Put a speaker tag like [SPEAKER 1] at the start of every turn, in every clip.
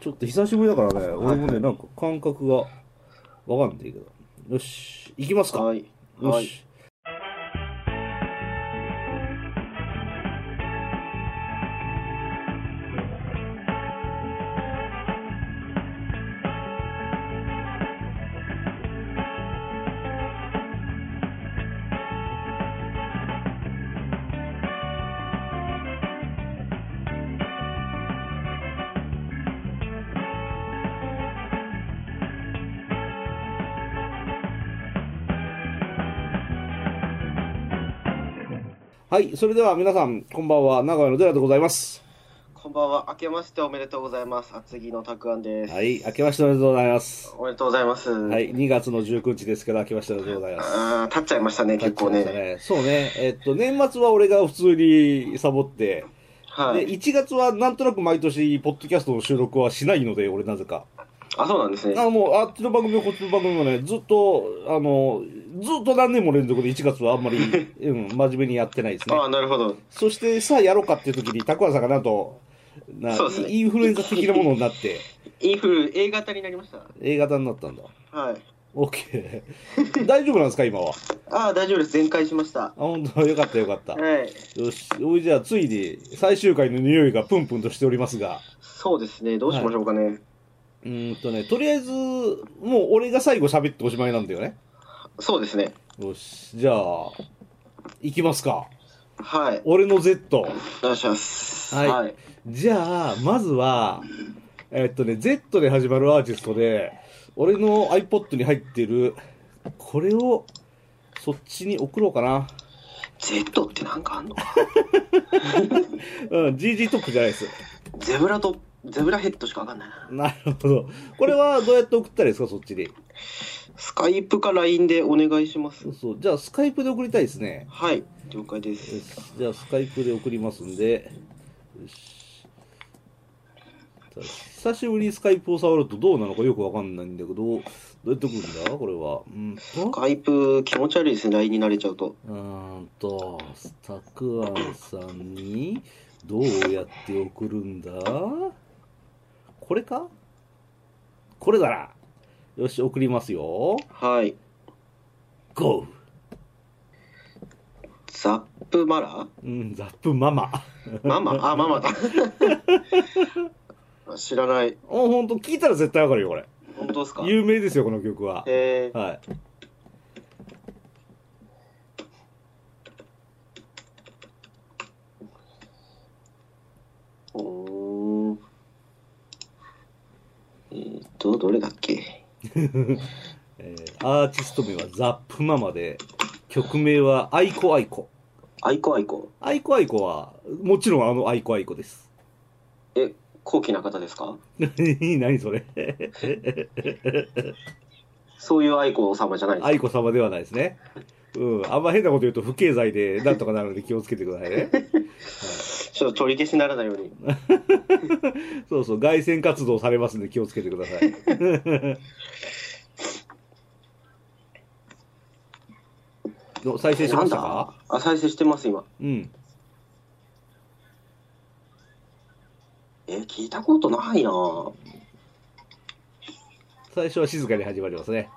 [SPEAKER 1] ちょっと久しぶりだからね、俺もね、なんか感覚がわかんないけど。よし、行きますか。
[SPEAKER 2] はい。
[SPEAKER 1] よし。はい、それでは皆さん、こんばんは。長屋のデラでございます。
[SPEAKER 2] こんばんは。明けましておめでとうございます。厚木のたくあんです。
[SPEAKER 1] はい、明けましておめでとうございます。
[SPEAKER 2] おめでとうございます。
[SPEAKER 1] はい、2月の19日ですけど、明けましておめでとうございます。
[SPEAKER 2] 経っちゃいましたね、結構ね。
[SPEAKER 1] そうね。年末は俺が普通にサボって、
[SPEAKER 2] はい。
[SPEAKER 1] で、1月はなんとなく毎年、ポッドキャストの収録はしないので、俺なぜか。
[SPEAKER 2] あ、そうなんですね。
[SPEAKER 1] もう、あっちの番組もこっちの番組もね、ずっと何年も連続で1月はあんまり、真面目にやってないですね。
[SPEAKER 2] あ、なるほど。
[SPEAKER 1] そしてさあやろうかっていう時に、たくあんさんがなんと、
[SPEAKER 2] そうですね。
[SPEAKER 1] インフルエンザ的なものになって、
[SPEAKER 2] A 型になりました。
[SPEAKER 1] A 型になったんだ。
[SPEAKER 2] はい。
[SPEAKER 1] OK。大丈夫なんですか、今は。
[SPEAKER 2] 大丈夫です。全開しました。
[SPEAKER 1] 本当よかったよかった。
[SPEAKER 2] はい。
[SPEAKER 1] よし、おいじゃあ、ついに最終回の匂いがプンプンとしておりますが。
[SPEAKER 2] そうですね。どうしましょうかね。
[SPEAKER 1] とりあえず、もう俺が最後喋っておしまいなんだよね。
[SPEAKER 2] そうですね。
[SPEAKER 1] よし、じゃあ、行きますか。
[SPEAKER 2] はい。
[SPEAKER 1] 俺の Z。
[SPEAKER 2] お願いします。
[SPEAKER 1] はい。じゃあ、まずは、Z で始まるアーティストで、俺の iPod に入ってる、これを、そっちに送ろうかな。
[SPEAKER 2] Z ってなんかあんのか
[SPEAKER 1] GG トップじゃないです。
[SPEAKER 2] ゼブラヘッドしかわかんないな。
[SPEAKER 1] なるほど。これはどうやって送ったらいいですか、そっちに。
[SPEAKER 2] スカイプか LINE でお願いします。
[SPEAKER 1] そう。じゃあ、スカイプで送りたいですね。
[SPEAKER 2] はい、了解です。
[SPEAKER 1] じゃあ、スカイプで送りますんで。よし。久しぶりにスカイプを触るとどうなのかよくわかんないんだけど、どうやって送るんだこれは。
[SPEAKER 2] スカイプ気持ち悪いですね、LINE に慣れちゃうと。
[SPEAKER 1] たくあんさんにどうやって送るんだこれかこれだな。よし、送りますよ。
[SPEAKER 2] はい。
[SPEAKER 1] GO!
[SPEAKER 2] ザップマラ
[SPEAKER 1] ザップママ。
[SPEAKER 2] ママだ。知らない。
[SPEAKER 1] ほんと、聞いたら絶対わかるよ、これ。
[SPEAKER 2] 本当ですか？
[SPEAKER 1] 有名ですよ、この曲は。
[SPEAKER 2] へー。
[SPEAKER 1] はい。
[SPEAKER 2] どれだっけ
[SPEAKER 1] アーティスト名はザップママで、曲名はアイコアイコ。
[SPEAKER 2] アイコアイコ。
[SPEAKER 1] アイコアイコは、もちろんアイコアイコです。
[SPEAKER 2] 高貴な方ですか？
[SPEAKER 1] 何それ
[SPEAKER 2] そういうアイコ様じゃないですか？
[SPEAKER 1] アイコ様ではないですね。あんま変なこと言うと不敬罪でなんとかなるので気をつけてくださいね。はい、
[SPEAKER 2] ちょっと取り消しにならないように。
[SPEAKER 1] そうそう、凱旋活動されますんで気をつけてください。再生しましたか？
[SPEAKER 2] 再生してます今。聞いたことないな。
[SPEAKER 1] 最初は静かに始まりますね。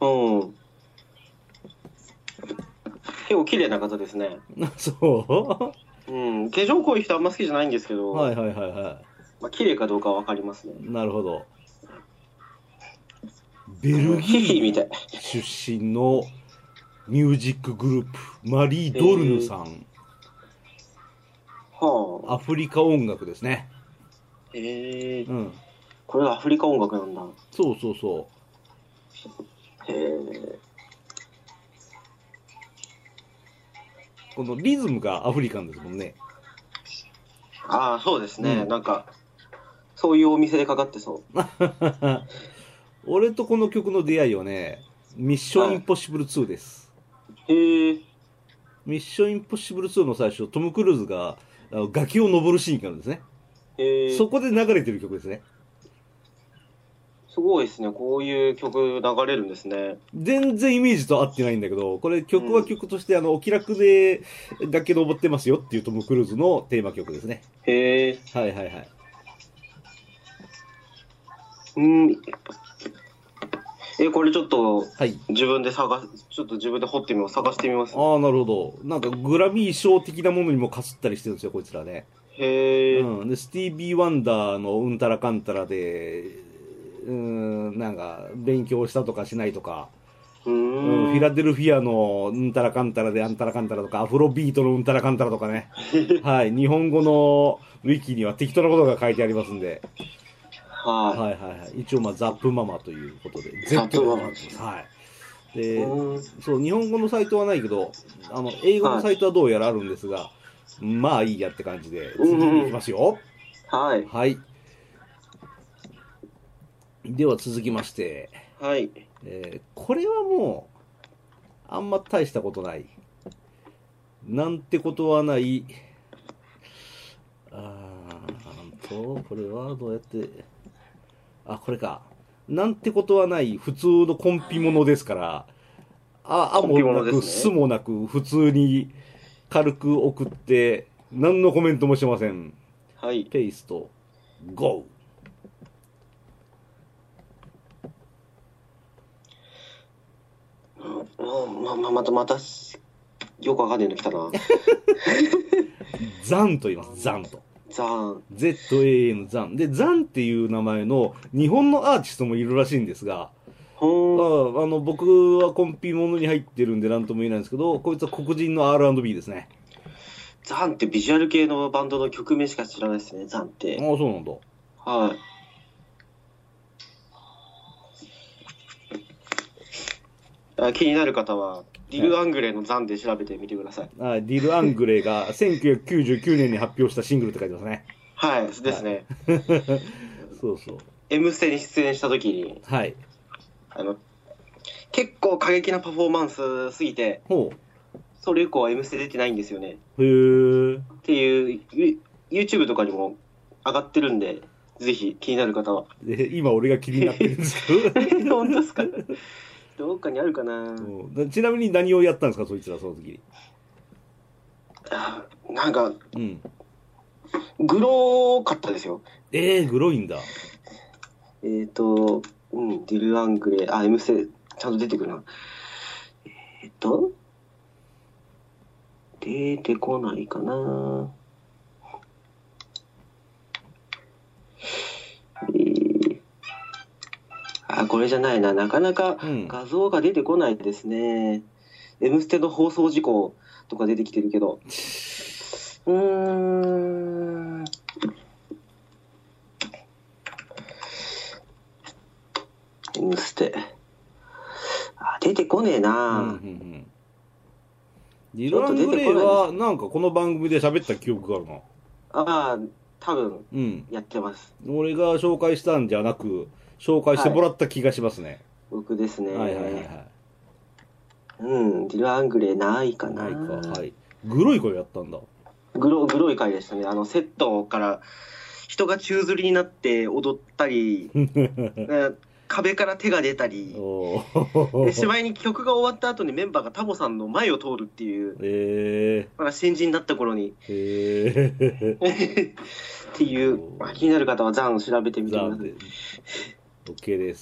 [SPEAKER 2] 結構綺麗な方ですね。
[SPEAKER 1] そう
[SPEAKER 2] 化粧濃い人あんま好きじゃないんですけど。
[SPEAKER 1] はい。
[SPEAKER 2] 綺麗かどうかはわかりますね。
[SPEAKER 1] なるほど。ベルギー出身のミュージックグループ、マリー・ドルヌさん。アフリカ音楽ですね。
[SPEAKER 2] これがアフリカ音楽なんだ。
[SPEAKER 1] そう。このリズムがアフリカンですもんね。
[SPEAKER 2] そうですね。なんか、そういうお店でかかってそう。
[SPEAKER 1] 俺とこの曲の出会いはね、ミッションインポッシブル2です。
[SPEAKER 2] ミッ
[SPEAKER 1] ションインポッシブル2の最初、トム・クルーズが崖を登るシーンがあるんですね。そこで流れてる曲ですね。
[SPEAKER 2] すごいですね。こういう曲流れるんですね。
[SPEAKER 1] 全然イメージと合ってないんだけど、これ曲は曲としてお気楽で崖登ってますよっていうトム・クルーズのテーマ曲ですね。
[SPEAKER 2] へえ。
[SPEAKER 1] はい。
[SPEAKER 2] うん。これちょっと、
[SPEAKER 1] はい。
[SPEAKER 2] ちょっと自分で掘ってみます。探してみます。
[SPEAKER 1] ああ、なるほど。なんかグラミー賞的なものにもかすったりしてるんですよ、こいつらね。
[SPEAKER 2] へえ。
[SPEAKER 1] うん。で、スティービー・ワンダーのうんたらかんたらで、なんか、勉強したとかしないとか、
[SPEAKER 2] う
[SPEAKER 1] うん、フィ
[SPEAKER 2] ーん。
[SPEAKER 1] ラデルフィアのうんたらかんたらであんたらかんたらとか、アフロビートのうんたらかんたらとかね。はい。日本語のウィキには適当なことが書いてありますんで。
[SPEAKER 2] は
[SPEAKER 1] はいはいはい。一応、まあ、ザップママということで、
[SPEAKER 2] い。
[SPEAKER 1] Z で
[SPEAKER 2] ザップママ。
[SPEAKER 1] 始まってます。はい。
[SPEAKER 2] う
[SPEAKER 1] で、
[SPEAKER 2] ーん。
[SPEAKER 1] そう、日本語のサイトはないけど、英語の
[SPEAKER 2] はい。
[SPEAKER 1] サイトはどうやらあるんですが、まあいいやって感じで、
[SPEAKER 2] うん
[SPEAKER 1] 次いき
[SPEAKER 2] うん。
[SPEAKER 1] ますよ。
[SPEAKER 2] はい。
[SPEAKER 1] はい。では続きまして、
[SPEAKER 2] はい。
[SPEAKER 1] これはもう、あんま大したことない。なんてことはない。これはどうやって、これか。なんてことはない普通のコンピものですから、
[SPEAKER 2] コンピも
[SPEAKER 1] もなく、
[SPEAKER 2] のですね。
[SPEAKER 1] すもなく、普通に軽く送って、何のコメントもしません。
[SPEAKER 2] はい。
[SPEAKER 1] ペースト、GO!
[SPEAKER 2] また、よくわかんねえの来たな。
[SPEAKER 1] ザンと言います、ザンと。
[SPEAKER 2] ザーン。
[SPEAKER 1] ZAN ザン。で、ザンっていう名前の日本のアーティストもいるらしいんですが、
[SPEAKER 2] ほーん。
[SPEAKER 1] 僕はコンピものに入ってるんで何とも言えないんですけど、こいつは黒人の R&B ですね。
[SPEAKER 2] ザンってビジュアル系のバンドの曲名しか知らないですね、ザンって。
[SPEAKER 1] そうなんだ。
[SPEAKER 2] はい。気になる方は、ディル・アングレイのザンで調べてみてください。
[SPEAKER 1] ディル・アングレイが1999年に発表したシングルって書いてますね。
[SPEAKER 2] はい、ですね。
[SPEAKER 1] そうそう。
[SPEAKER 2] M ステに出演した時に、
[SPEAKER 1] はい。
[SPEAKER 2] あの、結構過激なパフォーマンスすぎて、
[SPEAKER 1] ほ
[SPEAKER 2] それ以降は M ステ出てないんですよね。
[SPEAKER 1] う。へえ。
[SPEAKER 2] っていう、YouTube とかにも上がってるんで、ぜひ気になる方は。
[SPEAKER 1] 今俺が気になってるんですけど。
[SPEAKER 2] 本当ですか？どっかにあるかな。
[SPEAKER 1] ちなみに何をやったんですか、そいつら、その時に。
[SPEAKER 2] なんか、
[SPEAKER 1] うん。
[SPEAKER 2] グロかったですよ。
[SPEAKER 1] グロいんだ。
[SPEAKER 2] うん、ディル・アングレイ、M ステ、ちゃんと出てくるな。出てこないかな。これじゃないな。なかなか画像が出てこないですね。M ステの放送事故とか出てきてるけど。M ステ。出てこねえな。
[SPEAKER 1] ディル・アングレイは、なんかこの番組で喋った記憶があるな。
[SPEAKER 2] 多分、やってます。
[SPEAKER 1] 俺が紹介したんじゃなく、紹介してもらった気がしますね。
[SPEAKER 2] 僕ですね。
[SPEAKER 1] はいはいはいはい。
[SPEAKER 2] ディル・アングレイないかな。
[SPEAKER 1] ないか、はい。グロい声やったんだ。
[SPEAKER 2] グロい回でしたね。セットから人が宙吊りになって踊ったり、壁から手が出たり、でしまいに曲が終わった後にメンバーがタモさんの前を通るっていう、まだ新人だった頃に。っていう、気になる方はザンを調べてみてください。
[SPEAKER 1] OK です。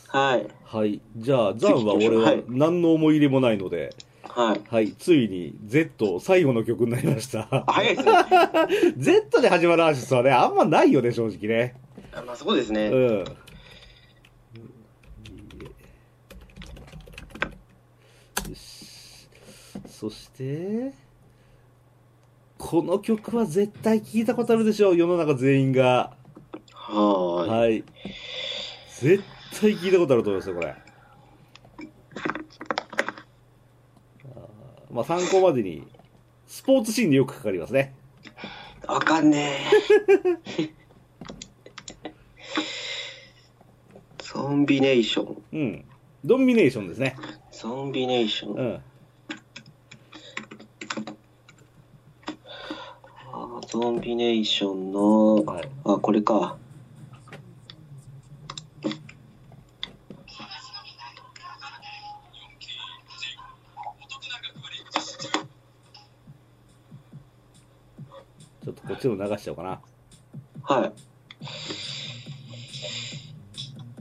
[SPEAKER 2] はい。
[SPEAKER 1] はい。じゃあ、ザンは俺は何の思い入れもないので、
[SPEAKER 2] はい。
[SPEAKER 1] はい。ついに Z 最後の曲になりました。
[SPEAKER 2] 早いですね。
[SPEAKER 1] Z で始まるアーティストはね、あんまないよね、正直ね。
[SPEAKER 2] そうですね。
[SPEAKER 1] そして、この曲は絶対聴いたことあるでしょう、世の中全員が。はい。絶対聴いたことあると思いますよ、これ。参考までに、スポーツシーンでよくかかりますね。
[SPEAKER 2] わかんねえ。ゾンビネーショ
[SPEAKER 1] ン。ドミネーションですね。
[SPEAKER 2] ゾンビネーション。ゾンビネーションの、これか。
[SPEAKER 1] ちょっとこっちも流しちゃおうかな。
[SPEAKER 2] はい。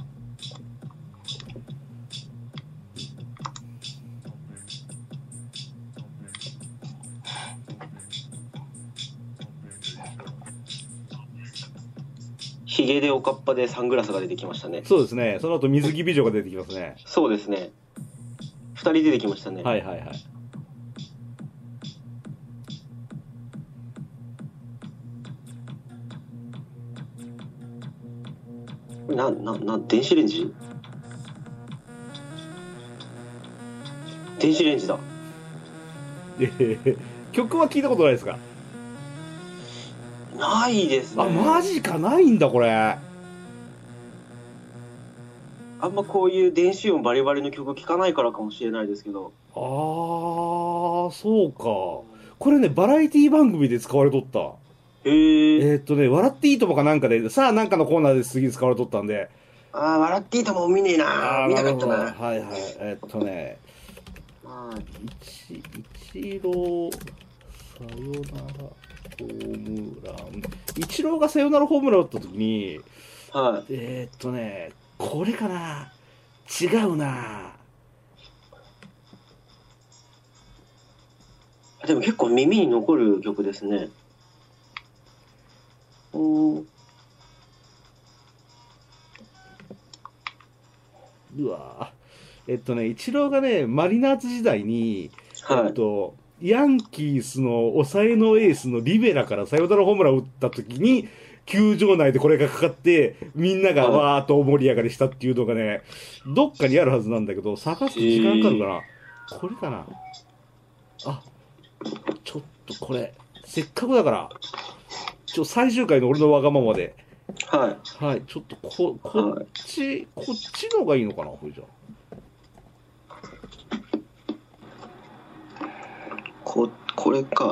[SPEAKER 2] ヒゲでおかっぱでサングラスが出てきましたね。
[SPEAKER 1] そうですね。その後水着美女が出てきますね。
[SPEAKER 2] そうですね。2人出てきましたね。
[SPEAKER 1] はいはいはい。
[SPEAKER 2] 電子レンジ？電子レンジだ。
[SPEAKER 1] 曲は聞いたことないですか？
[SPEAKER 2] ないですね。
[SPEAKER 1] あ、マジか、ないんだこれ。
[SPEAKER 2] あんまこういう電子音バリバリの曲聴かないからかもしれないですけど。
[SPEAKER 1] あー、そうか。これね、バラエティ番組で使われとった。
[SPEAKER 2] へえ。
[SPEAKER 1] 笑っていいともかなんかで、さあなんかのコーナーで次使われとったんで。
[SPEAKER 2] ああ、笑っていいとも見ねえな。見たかったな。
[SPEAKER 1] はいはい。イチロー、サヨナラホームラン。イチローがサヨナラホームラン打った時に、
[SPEAKER 2] はい。
[SPEAKER 1] これかな、違うな。
[SPEAKER 2] でも結構耳に残る曲ですね。
[SPEAKER 1] うわイチローがね、マリナーズ時代に、
[SPEAKER 2] はい。
[SPEAKER 1] ヤンキースの抑えのエースのリベラからサヨナラホームランを打った時に、球場内でこれがかかって、みんながわーっと大盛り上がりしたっていうのがね、どっかにあるはずなんだけど、探すと時間かかるかな。これかな。あ、ちょっとこれ、せっかくだから、最終回の俺のわがままで。
[SPEAKER 2] はい。
[SPEAKER 1] はい、ちょっとこっちの方がいいのかな、これじゃ。
[SPEAKER 2] これか、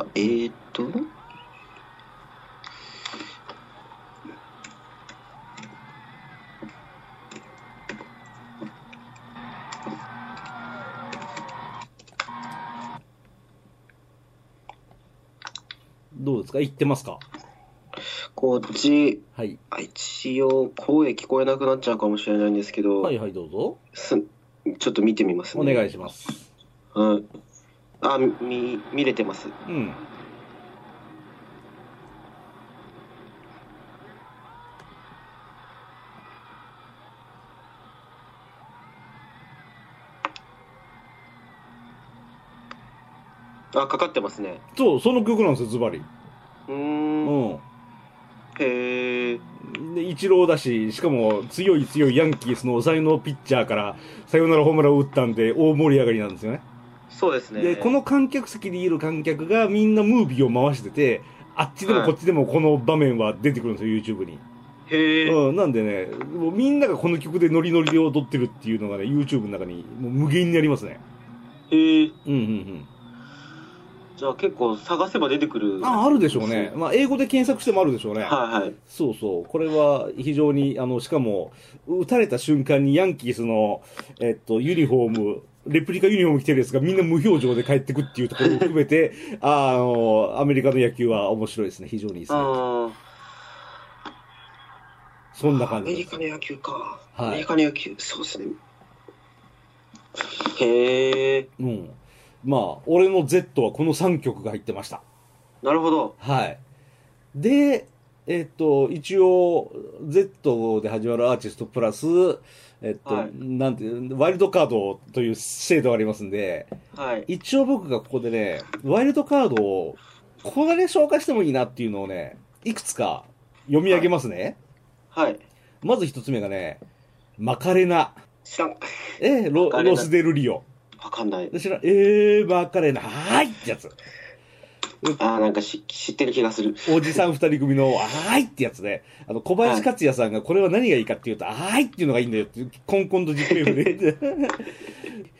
[SPEAKER 1] どうですか？言ってますか？
[SPEAKER 2] こっち、
[SPEAKER 1] はい。
[SPEAKER 2] 一応声聞こえなくなっちゃうかもしれないんですけど、
[SPEAKER 1] はいはい、どうぞ。
[SPEAKER 2] ちょっと見てみますね。
[SPEAKER 1] お願いします。
[SPEAKER 2] はい。あ、見れてます。
[SPEAKER 1] うん。
[SPEAKER 2] あ、かかってますね。
[SPEAKER 1] そう、その曲なんですよ、ズバリ。
[SPEAKER 2] うん。
[SPEAKER 1] へ
[SPEAKER 2] え。
[SPEAKER 1] で、イチローだし、しかも強いヤンキースの抑えのピッチャーからサヨナラホームランを打ったんで大盛り上がりなんですよね。
[SPEAKER 2] そうですね。
[SPEAKER 1] で、この観客席にいる観客がみんなムービーを回してて、あっちでもこっちでもこの場面は出てくるんですよ、YouTube に。
[SPEAKER 2] へえ。
[SPEAKER 1] なんでね、もうみんながこの曲でノリノリで踊ってるっていうのがね、YouTube の中にもう無限にありますね。
[SPEAKER 2] へえ。
[SPEAKER 1] うんうんうん。
[SPEAKER 2] じゃあ結構探せば出てくる。
[SPEAKER 1] あるでしょうね。まあ、英語で検索してもあるでしょうね。
[SPEAKER 2] はいはい。
[SPEAKER 1] そうそう。これは非常に、しかも、打たれた瞬間にヤンキースの、ユニフォーム、レプリカユニフォーム着てるやつがみんな無表情で帰ってくっていうところを含めて、アメリカの野球は面白いですね。非常にいいですね。そんな感じです。
[SPEAKER 2] アメリカの野球か。
[SPEAKER 1] はい。
[SPEAKER 2] アメリカの野球、そうですね。へえ。
[SPEAKER 1] うん。まあ、俺の Z はこの3曲が入ってました。
[SPEAKER 2] なるほど。
[SPEAKER 1] はい。で、一応、Z で始まるアーティストプラス、はい、なんていう、ワイルドカードという制度がありますんで、
[SPEAKER 2] はい。
[SPEAKER 1] 一応僕がここでね、ワイルドカードを、これで紹介してもいいなっていうのをね、いくつか読み上げますね。
[SPEAKER 2] はい。
[SPEAKER 1] まず一つ目がね、マカレナ。
[SPEAKER 2] 知らん。
[SPEAKER 1] ロスデルリオ。
[SPEAKER 2] わかんない。
[SPEAKER 1] 知らん。マカレナ、はーいってやつ。
[SPEAKER 2] なんか知ってる気がする。
[SPEAKER 1] おじさん二人組の、あーいってやつで、小林克也さんがこれは何がいいかっていうと、あーいっていうのがいいんだよって、コンコンと実験で。